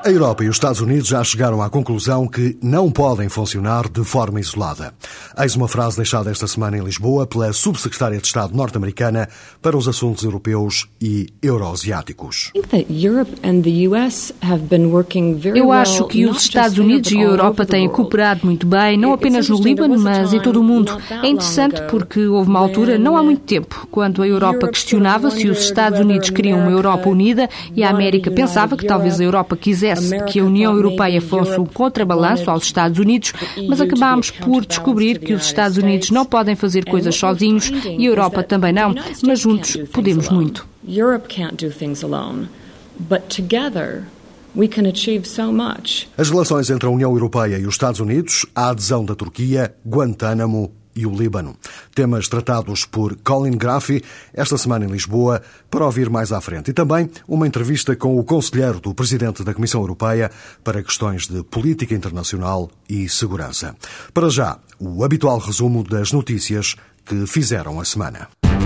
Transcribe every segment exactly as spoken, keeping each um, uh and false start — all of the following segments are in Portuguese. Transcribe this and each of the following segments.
A Europa e os Estados Unidos já chegaram à conclusão que não podem funcionar de forma isolada. Eis uma frase deixada esta semana em Lisboa pela subsecretária de Estado norte-americana para os assuntos europeus e euroasiáticos. Eu acho que os Estados Unidos e a Europa têm cooperado muito bem, não apenas no Líbano, mas em todo o mundo. É interessante porque houve uma altura, não há muito tempo, quando a Europa questionava se os Estados Unidos queriam uma Europa unida e a América pensava que talvez a Europa quisesse que a União Europeia fosse um contrabalanço aos Estados Unidos, mas acabámos por descobrir que os Estados Unidos não podem fazer coisas sozinhos e a Europa também não, mas juntos podemos muito. As relações entre a União Europeia e os Estados Unidos, a adesão da Turquia, Guantánamo e o Líbano. Temas tratados por Colin Graffi esta semana em Lisboa, para ouvir mais à frente. E também uma entrevista com o conselheiro do Presidente da Comissão Europeia para questões de política internacional e segurança. Para já, o habitual resumo das notícias que fizeram a semana.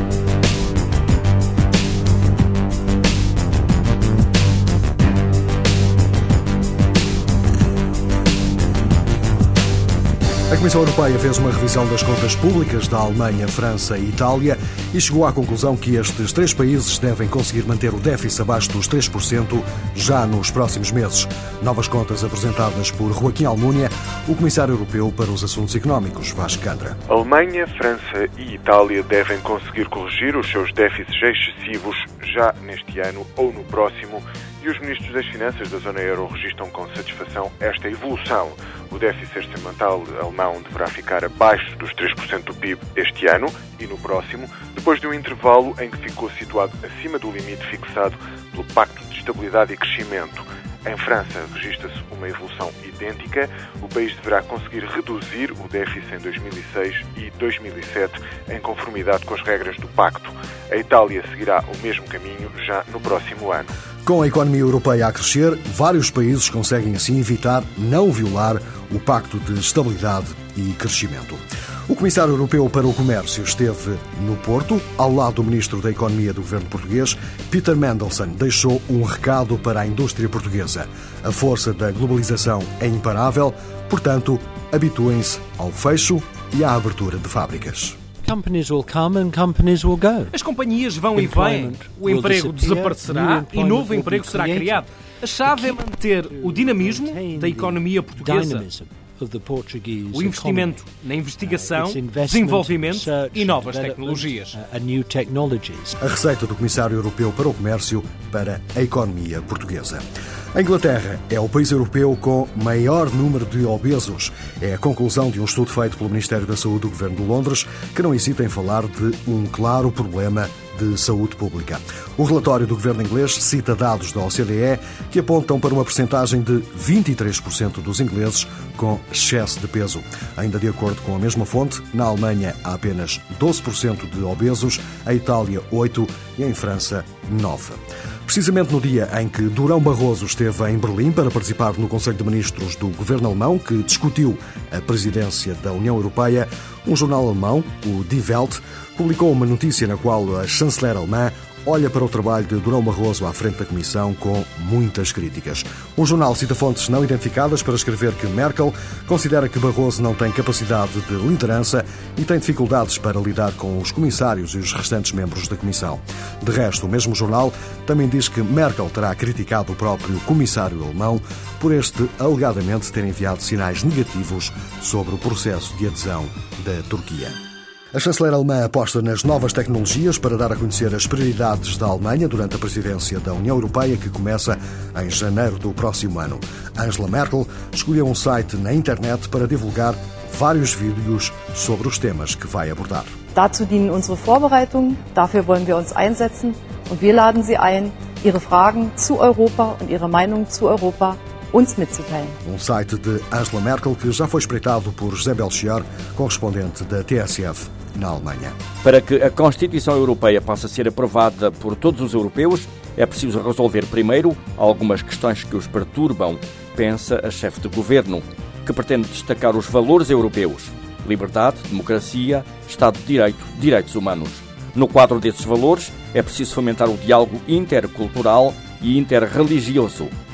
A Comissão Europeia fez uma revisão das contas públicas da Alemanha, França e Itália e chegou à conclusão que estes três países devem conseguir manter o déficit abaixo dos três por cento já nos próximos meses. Novas contas apresentadas por Joaquim Almunia, o Comissário Europeu para os Assuntos Económicos, Vasco Candra. Alemanha, França e Itália devem conseguir corrigir os seus déficits excessivos já neste ano ou no próximo, e os ministros das Finanças da zona euro registram com satisfação esta evolução. O déficit orçamental alemão deverá ficar abaixo dos três por cento do P I B este ano e no próximo, depois de um intervalo em que ficou situado acima do limite fixado pelo Pacto de Estabilidade e Crescimento. Em França, registra-se uma evolução idêntica. O país deverá conseguir reduzir o déficit em dois mil e seis e dois mil e sete, em conformidade com as regras do Pacto. A Itália seguirá o mesmo caminho já no próximo ano. Com a economia europeia a crescer, vários países conseguem assim evitar não violar o Pacto de Estabilidade e Crescimento. O Comissário Europeu para o Comércio esteve no Porto, ao lado do Ministro da Economia do Governo Português. Peter Mandelson deixou um recado para a indústria portuguesa. A força da globalização é imparável, portanto, habituem-se ao fecho e à abertura de fábricas. Companies will come and companies will go. As companhias vão e vêm, o emprego desaparecerá e novo emprego será criado. A chave é manter o dinamismo da economia portuguesa, o investimento na investigação, desenvolvimento e novas tecnologias. A receita do Comissário Europeu para o Comércio para a economia portuguesa. A Inglaterra é o país europeu com maior número de obesos. É a conclusão de um estudo feito pelo Ministério da Saúde do Governo de Londres, que não hesita em falar de um claro problema de saúde pública. O relatório do governo inglês cita dados da O C D E que apontam para uma percentagem de vinte e três por cento dos ingleses com excesso de peso. Ainda de acordo com a mesma fonte, na Alemanha há apenas doze por cento de obesos, a Itália oito por cento e em França nove por cento. Precisamente no dia em que Durão Barroso esteve em Berlim para participar no Conselho de Ministros do governo alemão, que discutiu a presidência da União Europeia, um jornal alemão, o Die Welt, publicou uma notícia na qual a chanceler alemã olha para o trabalho de Durão Barroso à frente da Comissão com muitas críticas. O jornal cita fontes não identificadas para escrever que Merkel considera que Barroso não tem capacidade de liderança e tem dificuldades para lidar com os comissários e os restantes membros da Comissão. De resto, o mesmo jornal também diz que Merkel terá criticado o próprio comissário alemão por este alegadamente ter enviado sinais negativos sobre o processo de adesão da Turquia. A chanceler alemã aposta nas novas tecnologias para dar a conhecer as prioridades da Alemanha durante a presidência da União Europeia, que começa em janeiro do próximo ano. Angela Merkel escolheu um site na internet para divulgar vários vídeos sobre os temas que vai abordar. Dazu dienen unsere Vorbereitungen, dafür wollen wir uns einsetzen und wir laden Sie ein, Ihre Fragen zu Europa und Ihre Meinung zu Europa uns mitzuteilen. Um site de Angela Merkel que já foi espreitado por José Belchior, correspondente da T S F na Alemanha. Para que a Constituição Europeia possa ser aprovada por todos os europeus, é preciso resolver primeiro algumas questões que os perturbam, pensa a chefe de governo, que pretende destacar os valores europeus: liberdade, democracia, Estado de Direito, direitos humanos. No quadro desses valores, é preciso fomentar o diálogo intercultural e interreligioso.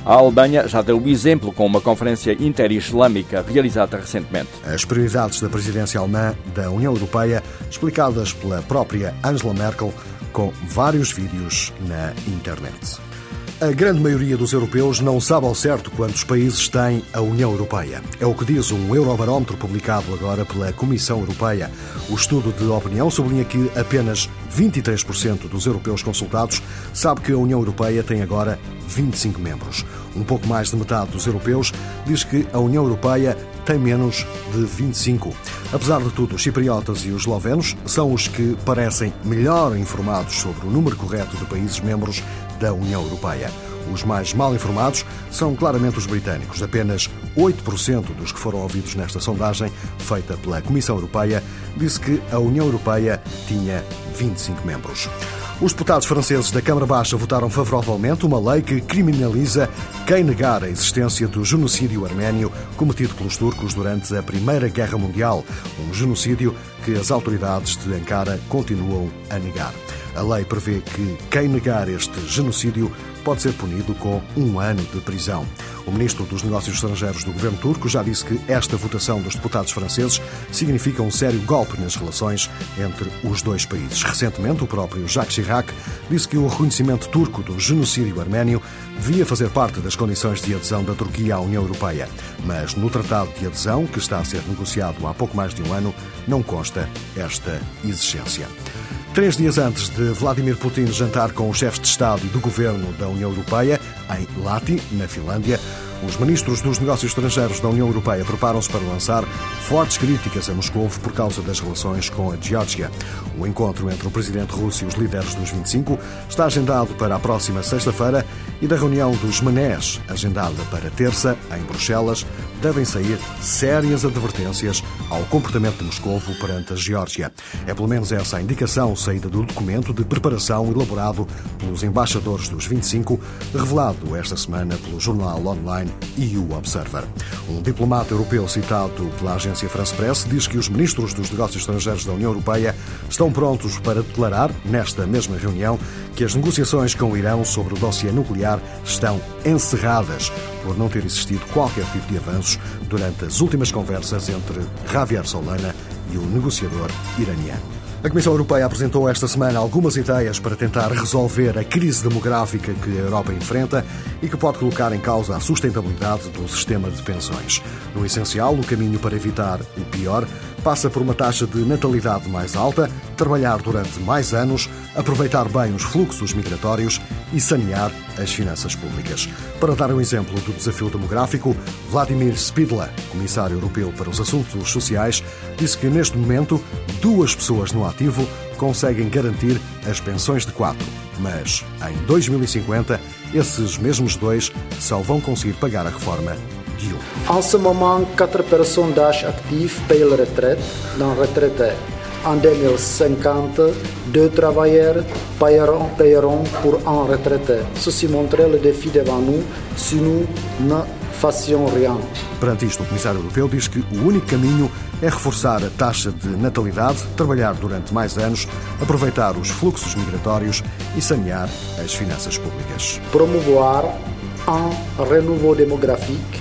A Alemanha já deu o exemplo com uma conferência interislâmica realizada recentemente. As prioridades da presidência alemã da União Europeia, explicadas pela própria Angela Merkel, com vários vídeos na internet. A grande maioria dos europeus não sabe ao certo quantos países tem a União Europeia. É o que diz um Eurobarómetro publicado agora pela Comissão Europeia. O estudo de opinião sublinha que apenas vinte e três por cento dos europeus consultados sabe que a União Europeia tem agora vinte e cinco membros. Um pouco mais de metade dos europeus diz que a União Europeia tem menos de vinte e cinco. Apesar de tudo, os cipriotas e os eslovenos são os que parecem melhor informados sobre o número correto de países membros da União Europeia. Os mais mal informados são claramente os britânicos. Apenas oito por cento dos que foram ouvidos nesta sondagem, feita pela Comissão Europeia, disse que a União Europeia tinha vinte e cinco membros. Os deputados franceses da Câmara Baixa votaram favoravelmente uma lei que criminaliza quem negar a existência do genocídio arménio cometido pelos turcos durante a Primeira Guerra Mundial, um genocídio que as autoridades de Ankara continuam a negar. A lei prevê que quem negar este genocídio pode ser punido com um ano de prisão. O ministro dos Negócios Estrangeiros do governo turco já disse que esta votação dos deputados franceses significa um sério golpe nas relações entre os dois países. Recentemente, o próprio Jacques Chirac disse que o reconhecimento turco do genocídio arménio devia fazer parte das condições de adesão da Turquia à União Europeia. Mas no tratado de adesão, que está a ser negociado há pouco mais de um ano, não consta esta exigência. Três dias antes de Vladimir Putin jantar com os chefes de Estado e do Governo da União Europeia, em Lahti, na Finlândia, os ministros dos Negócios Estrangeiros da União Europeia preparam-se para lançar fortes críticas a Moscou por causa das relações com a Geórgia. O encontro entre o presidente russo e os líderes dos vinte e cinco está agendado para a próxima sexta-feira e da reunião dos Menés, agendada para terça, em Bruxelas, devem sair sérias advertências ao comportamento de Moscou perante a Geórgia. É pelo menos essa a indicação saída do documento de preparação elaborado pelos embaixadores dos vinte e cinco, revelado esta semana pelo jornal online E U Observer. Um diplomata europeu citado pela agência France Press diz que os ministros dos Negócios Estrangeiros da União Europeia estão prontos para declarar, nesta mesma reunião, que as negociações com o Irão sobre o dossiê nuclear estão encerradas por não ter existido qualquer tipo de avanços durante as últimas conversas entre Javier Solana e o negociador iraniano. A Comissão Europeia apresentou esta semana algumas ideias para tentar resolver a crise demográfica que a Europa enfrenta e que pode colocar em causa a sustentabilidade do sistema de pensões. No essencial, o caminho para evitar o pior passa por uma taxa de natalidade mais alta, trabalhar durante mais anos, aproveitar bem os fluxos migratórios e sanear as finanças públicas. Para dar um exemplo do desafio demográfico, Vladimir Spidla, comissário europeu para os assuntos sociais, disse que neste momento duas pessoas no ativo conseguem garantir as pensões de quatro, mas em dois mil e cinquenta esses mesmos dois só vão conseguir pagar a reforma de um. En ce moment, quatre personnes d'âge actif payent la retraite. Dans la retraite, en deux mille cinquante, deux travailleurs paieront, paieront pour en retraite. Ceci montre le défi devant nous si nous ne fassions rien. Perante isto, o comissário europeu diz que o único caminho é reforçar a taxa de natalidade, trabalhar durante mais anos, aproveitar os fluxos migratórios e sanear as finanças públicas. Promouvoir un renouveau démographique,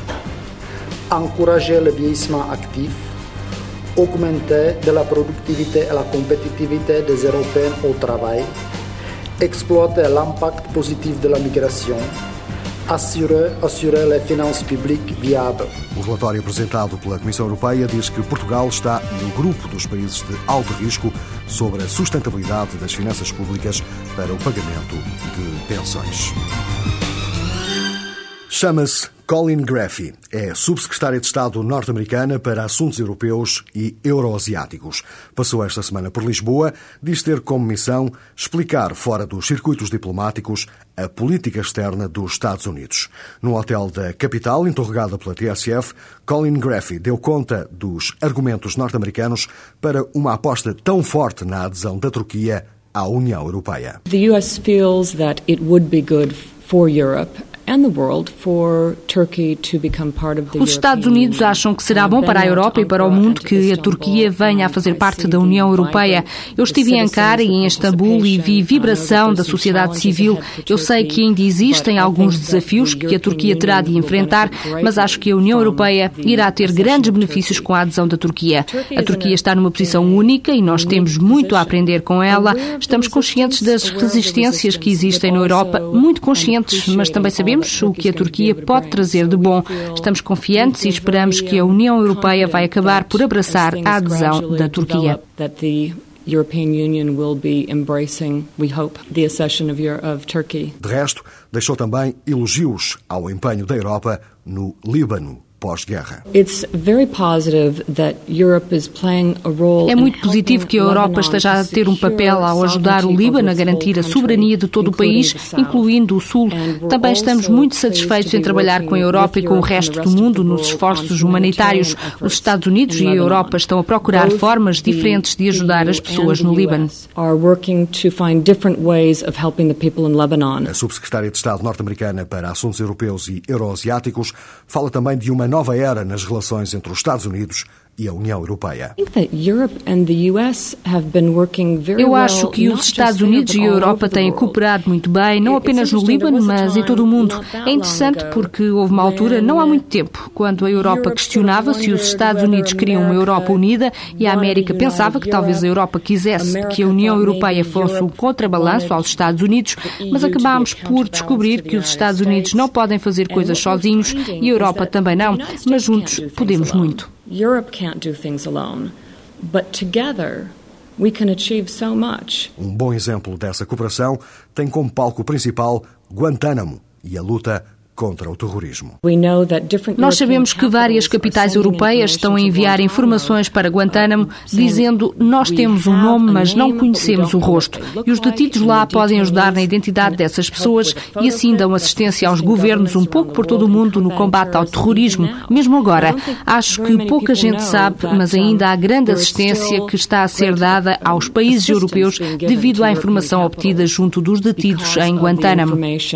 encourager le vieillissement actif, augmenter de la productivité et la compétitivité des Européens au travail, exploiter l'impact positif de la migration, assurer, assurer les finances publiques viables. O relatório apresentado pela Comissão Europeia diz que Portugal está no grupo dos países de alto risco sobre a sustentabilidade das finanças públicas para o pagamento de pensões. Chama-se Colin Graffy. É subsecretária de Estado norte-americana para assuntos europeus e euroasiáticos. Passou esta semana por Lisboa, diz ter como missão explicar fora dos circuitos diplomáticos a política externa dos Estados Unidos. Num hotel da capital, interrogada pela T S F, Colin Graffy deu conta dos argumentos norte-americanos para uma aposta tão forte na adesão da Turquia à União Europeia. The U S feels that it would be good for Europe Os Estados Unidos acham que será bom para a Europa e para o mundo que a Turquia venha a fazer parte da União Europeia. Eu estive em Ankara e em Istambul e vi vibração da sociedade civil. Eu sei que ainda existem alguns desafios que a Turquia terá de enfrentar, mas acho que a União Europeia irá ter grandes benefícios com a adesão da Turquia. A Turquia está numa posição única e nós temos muito a aprender com ela. Estamos conscientes das resistências que existem na Europa, muito conscientes, mas também sabemos o que a Turquia pode trazer de bom. Estamos confiantes e esperamos que a União Europeia vai acabar por abraçar a adesão da Turquia. European Union will be embracing, we hope, the accession of, of Turkey. De resto, deixou também elogios ao empenho da Europa no Líbano pós-guerra. É muito positivo que a Europa esteja a ter um papel ao ajudar o Líbano a garantir a soberania de todo o país, incluindo o Sul. Também estamos muito satisfeitos em trabalhar com a Europa e com o resto do mundo nos esforços humanitários. Os Estados Unidos e a Europa estão a procurar formas diferentes de ajudar as pessoas no Líbano. A subsecretária de Estado norte-americana para Assuntos Europeus e Euroasiáticos fala também de uma nova era nas relações entre os Estados Unidos e a União Europeia. Eu acho que os Estados Unidos e a Europa têm cooperado muito bem, não apenas no Líbano, mas em todo o mundo. É interessante porque houve uma altura, não há muito tempo, quando a Europa questionava se os Estados Unidos queriam uma Europa unida e a América pensava que talvez a Europa quisesse que a União Europeia fosse um contrabalanço aos Estados Unidos, mas acabámos por descobrir que os Estados Unidos não podem fazer coisas sozinhos e a Europa também não, mas juntos podemos muito. Europe can't do things alone, but together we can achieve so much. Um bom exemplo dessa cooperação tem como palco principal Guantánamo e a luta contra o terrorismo. Nós sabemos que várias capitais europeias estão a enviar informações para Guantánamo dizendo nós temos um nome, mas não conhecemos o rosto. E os detidos lá podem ajudar na identidade dessas pessoas e assim dão assistência aos governos um pouco por todo o mundo no combate ao terrorismo. Mesmo agora, acho que pouca gente sabe, mas ainda há grande assistência que está a ser dada aos países europeus devido à informação obtida junto dos detidos em Guantánamo.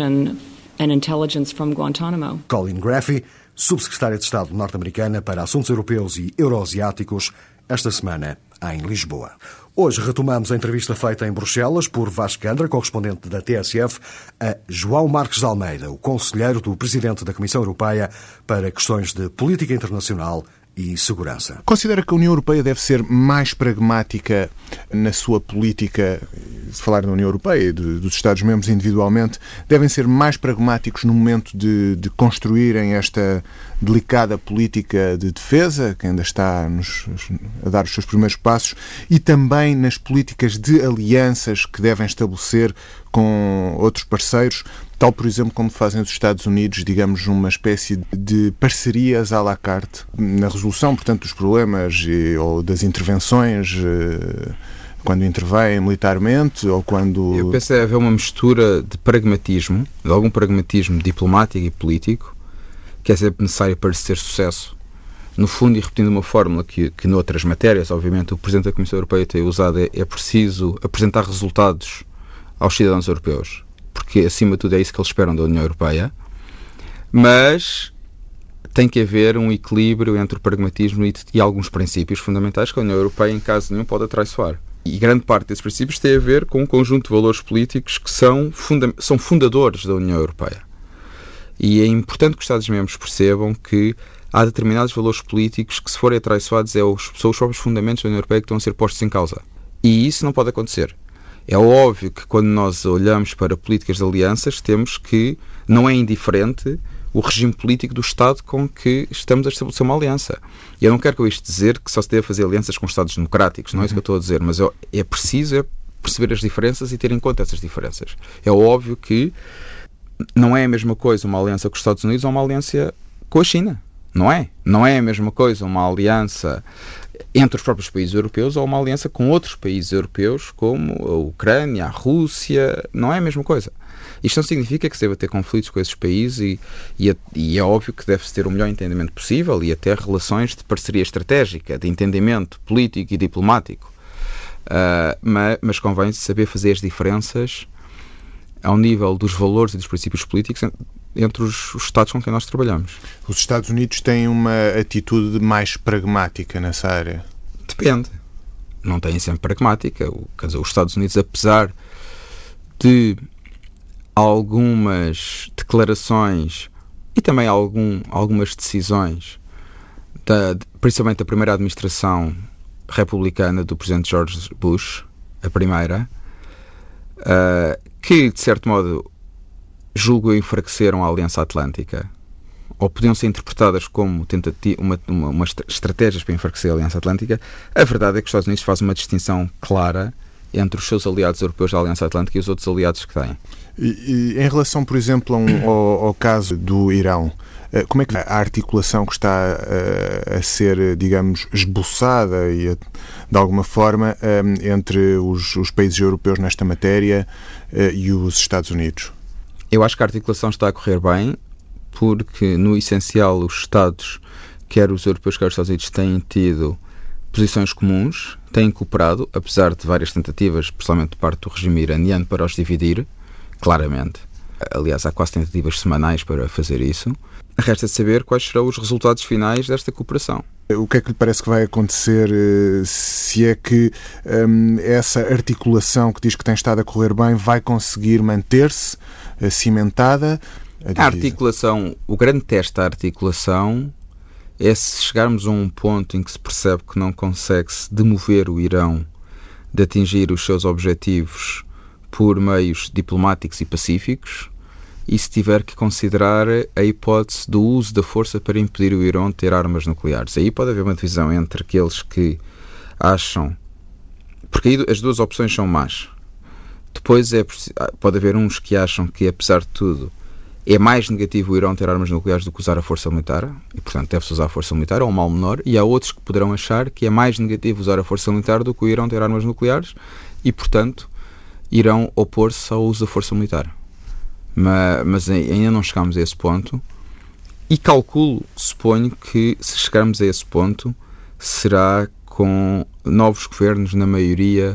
Colin Graffy, subsecretária de Estado norte-americana para Assuntos Europeus e Euroasiáticos, esta semana em Lisboa. Hoje retomamos a entrevista feita em Bruxelas por Vasco Gandra, correspondente da T S F, a João Marques de Almeida, o conselheiro do Presidente da Comissão Europeia para questões de política internacional e segurança. Considera que a União Europeia deve ser mais pragmática na sua política, se falar da União Europeia e dos Estados-membros individualmente, devem ser mais pragmáticos no momento de, de construírem esta delicada política de defesa, que ainda está nos, a dar os seus primeiros passos, e também nas políticas de alianças que devem estabelecer com outros parceiros, tal, por exemplo, como fazem os Estados Unidos, digamos, uma espécie de parcerias à la carte na resolução, portanto, dos problemas e, ou das intervenções, quando intervêm militarmente ou quando... Eu penso que deve haver uma mistura de pragmatismo, de algum pragmatismo diplomático e político, que é sempre necessário para se ter sucesso. No fundo, e repetindo uma fórmula que, que noutras matérias, obviamente, o Presidente da Comissão Europeia tem usado, é, é preciso apresentar resultados aos cidadãos europeus, porque acima de tudo é isso que eles esperam da União Europeia, mas tem que haver um equilíbrio entre o pragmatismo e, e alguns princípios fundamentais que a União Europeia em caso nenhum pode atraiçoar. E grande parte desses princípios tem a ver com um conjunto de valores políticos que são, funda- são fundadores da União Europeia. E é importante que os Estados-membros percebam que há determinados valores políticos que, se forem atraiçoados, é os, são os próprios fundamentos da União Europeia que estão a ser postos em causa. E isso não pode acontecer. É óbvio que quando nós olhamos para políticas de alianças, temos que, não é indiferente, o regime político do Estado com que estamos a estabelecer uma aliança. E eu não quero com isto dizer que só se deve fazer alianças com Estados democráticos, não é isso que eu estou a dizer, mas é preciso é perceber as diferenças e ter em conta essas diferenças. É óbvio que não é a mesma coisa uma aliança com os Estados Unidos ou uma aliança com a China. Não é. Não é a mesma coisa uma aliança entre os próprios países europeus ou uma aliança com outros países europeus como a Ucrânia, a Rússia. Não é a mesma coisa. Isto não significa que se deva ter conflitos com esses países e, e, é, e é óbvio que deve-se ter o melhor entendimento possível e até relações de parceria estratégica, de entendimento político e diplomático. Uh, mas, mas convém saber fazer as diferenças ao nível dos valores e dos princípios políticos entre os, os Estados com quem nós trabalhamos. Os Estados Unidos têm uma atitude mais pragmática nessa área? Depende. Não têm sempre pragmática. Quer dizer, os Estados Unidos, apesar de algumas declarações e também algum, algumas decisões, da, principalmente da primeira administração republicana do presidente George Bush, a primeira, uh, que, de certo modo, julgo enfraqueceram a Aliança Atlântica, ou podiam ser interpretadas como tentativa, uma, uma, uma estratégias para enfraquecer a Aliança Atlântica. A verdade é que os Estados Unidos fazem uma distinção clara entre os seus aliados europeus da Aliança Atlântica e os outros aliados que têm. E, e, em relação, por exemplo, um, ao, ao caso do Irão, como é que a articulação que está a, a ser, digamos, esboçada e a, de alguma forma um, entre os, os países europeus nesta matéria uh, e os Estados Unidos? Eu acho que a articulação está a correr bem, porque no essencial os Estados, quer os europeus, quer os Estados Unidos, têm tido posições comuns, têm cooperado, apesar de várias tentativas, principalmente de parte do regime iraniano, para os dividir, claramente. Aliás, há quase tentativas semanais para fazer isso. Resta saber quais serão os resultados finais desta cooperação. O que é que lhe parece que vai acontecer, se é que hum, essa articulação que diz que tem estado a correr bem vai conseguir manter-se cimentada? A, a articulação, o grande teste da articulação é se chegarmos a um ponto em que se percebe que não consegue-se demover o Irão de atingir os seus objetivos por meios diplomáticos e pacíficos, e se tiver que considerar a hipótese do uso da força para impedir o Irão de ter armas nucleares. Aí pode haver uma divisão entre aqueles que acham... Porque aí as duas opções são más. Depois é, pode haver uns que acham que, apesar de tudo, é mais negativo o Irão ter armas nucleares do que usar a força militar, e, portanto, deve-se usar a força militar, é um mal menor, e há outros que poderão achar que é mais negativo usar a força militar do que o Irão ter armas nucleares, e, portanto, irão opor-se ao uso da força militar. Mas, mas ainda não chegámos a esse ponto, e calculo, suponho que se chegarmos a esse ponto será com novos governos na maioria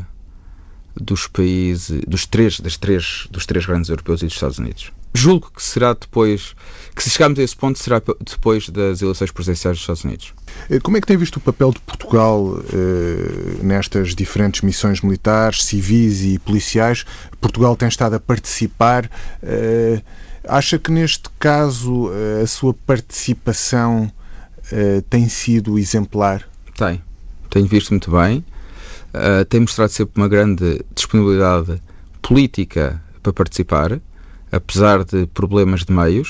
dos países, dos três, das três, dos três grandes europeus e dos Estados Unidos. Julgo que será depois, que se chegarmos a esse ponto será depois das eleições presidenciais dos Estados Unidos. Como é que tem visto o papel de Portugal eh, nestas diferentes missões militares, civis e policiais? Portugal tem estado a participar. Eh, acha que neste caso eh, a sua participação eh, tem sido exemplar? Tem. Tenho visto muito bem. Uh, tem mostrado sempre uma grande disponibilidade política para participar, apesar de problemas de meios,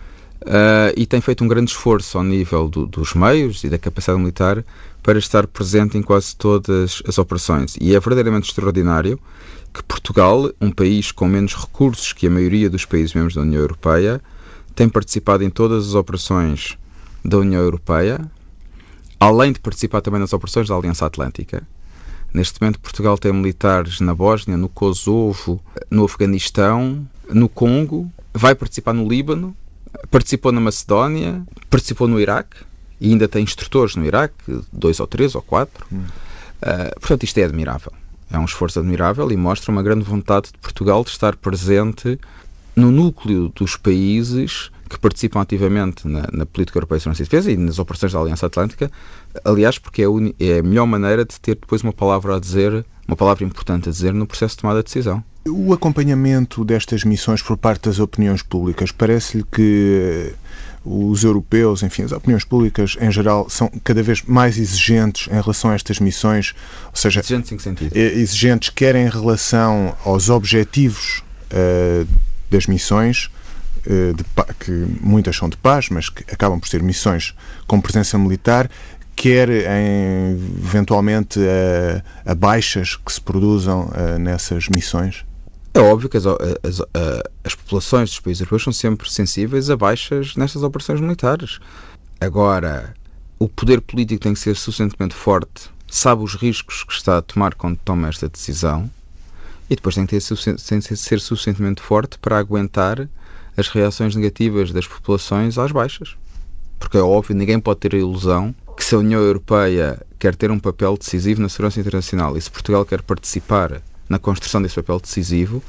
uh, e tem feito um grande esforço ao nível do, dos meios e da capacidade militar para estar presente em quase todas as operações. E é verdadeiramente extraordinário que Portugal, um país com menos recursos que a maioria dos países membros da União Europeia, tem participado em todas as operações da União Europeia, além de participar também nas operações da Aliança Atlântica. Neste momento, Portugal tem militares na Bósnia, no Kosovo, no Afeganistão, no Congo, vai participar no Líbano, participou na Macedónia, participou no Iraque e ainda tem instrutores no Iraque, dois ou três ou quatro. Hum. Uh, portanto, isto é admirável. É um esforço admirável e mostra uma grande vontade de Portugal de estar presente no núcleo dos países que participam ativamente na, na política europeia de segurança e defesa e nas operações da Aliança Atlântica, aliás, porque é a, uni, é a melhor maneira de ter depois uma palavra a dizer, uma palavra importante a dizer no processo de tomada de decisão. O acompanhamento destas missões por parte das opiniões públicas, parece-lhe que os europeus, enfim, as opiniões públicas em geral, são cada vez mais exigentes em relação a estas missões, ou seja, exigentes em que sentido? Exigentes quer em relação aos objetivos uh, das missões, De, que muitas são de paz, mas que acabam por ser missões com presença militar, quer em, eventualmente a, a baixas que se produzam a, nessas missões? É óbvio que as, as, as populações dos países europeus são sempre sensíveis a baixas nestas operações militares. Agora, o poder político tem que ser suficientemente forte, sabe os riscos que está a tomar quando toma esta decisão, e depois tem que, ter, tem que ser suficientemente forte para aguentar as reações negativas das populações às baixas. Porque é óbvio, ninguém pode ter a ilusão que se a União Europeia quer ter um papel decisivo na segurança internacional e se Portugal quer participar na construção desse papel decisivo,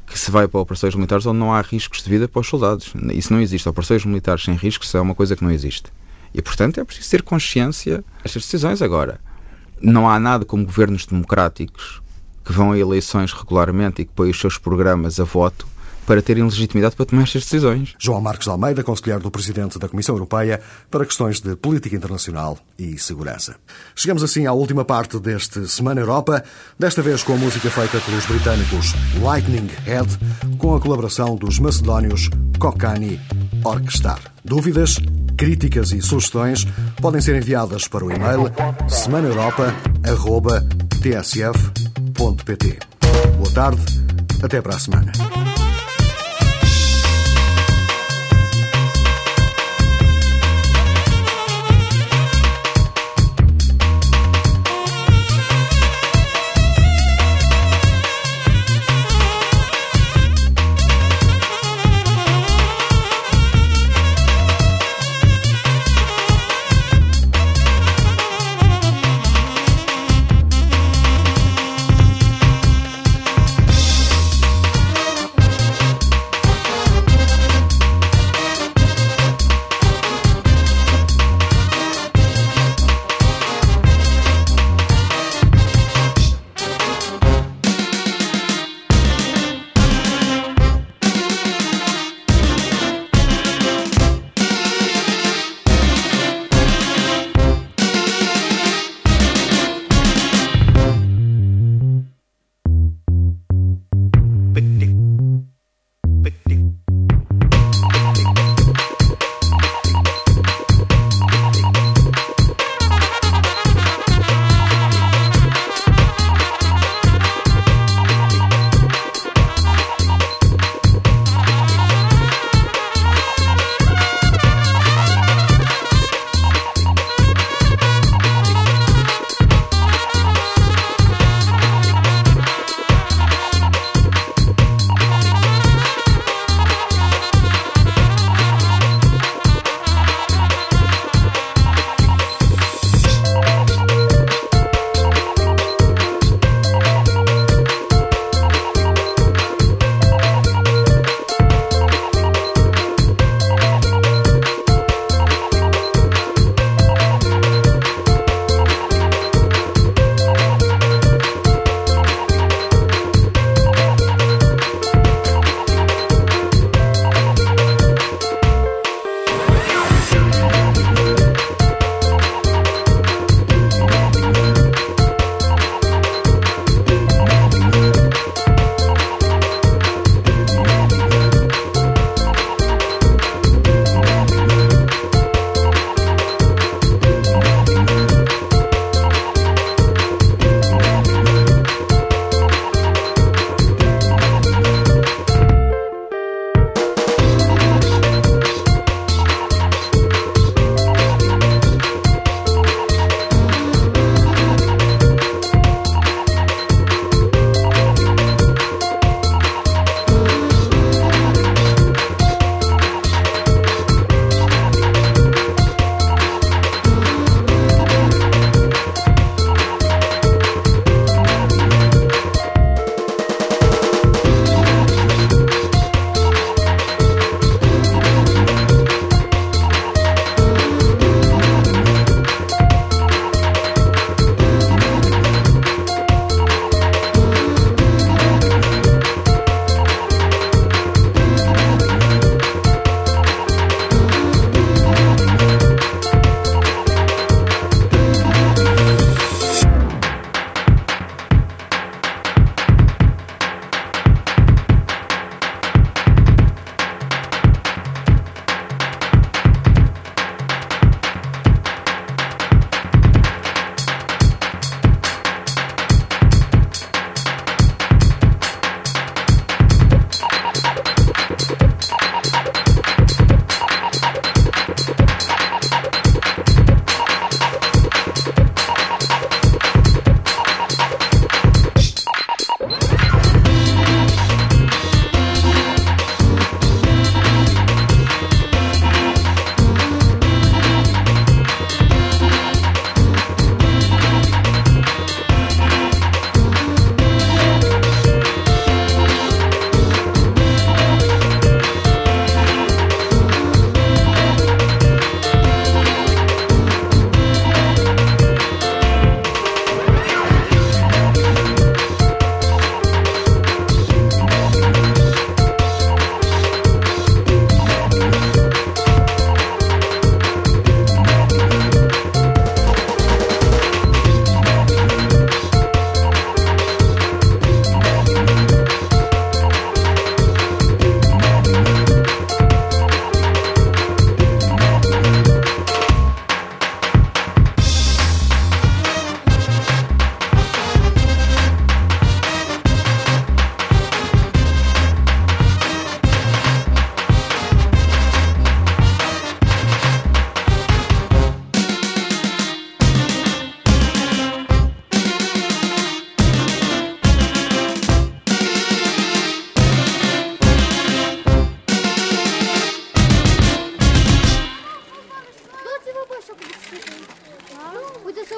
que se vai para operações militares onde não há riscos de vida para os soldados. Isso não existe. Operações militares sem riscos é uma coisa que não existe. E, portanto, é preciso ter consciência destas decisões. Agora, não há nada como governos democráticos que vão a eleições regularmente e que põem os seus programas a voto para terem legitimidade para tomar estas decisões. João Marcos de Almeida, conselheiro do Presidente da Comissão Europeia para questões de política internacional e segurança. Chegamos assim à última parte deste Semana Europa, desta vez com a música feita pelos britânicos Lightning Head, com a colaboração dos macedónios Kokani Orkestar. Dúvidas, críticas e sugestões podem ser enviadas para o e-mail semana europa arroba t s f ponto p t. Boa tarde, até para a semana.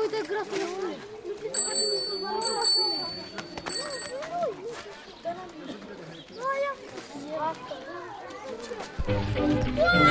Ой,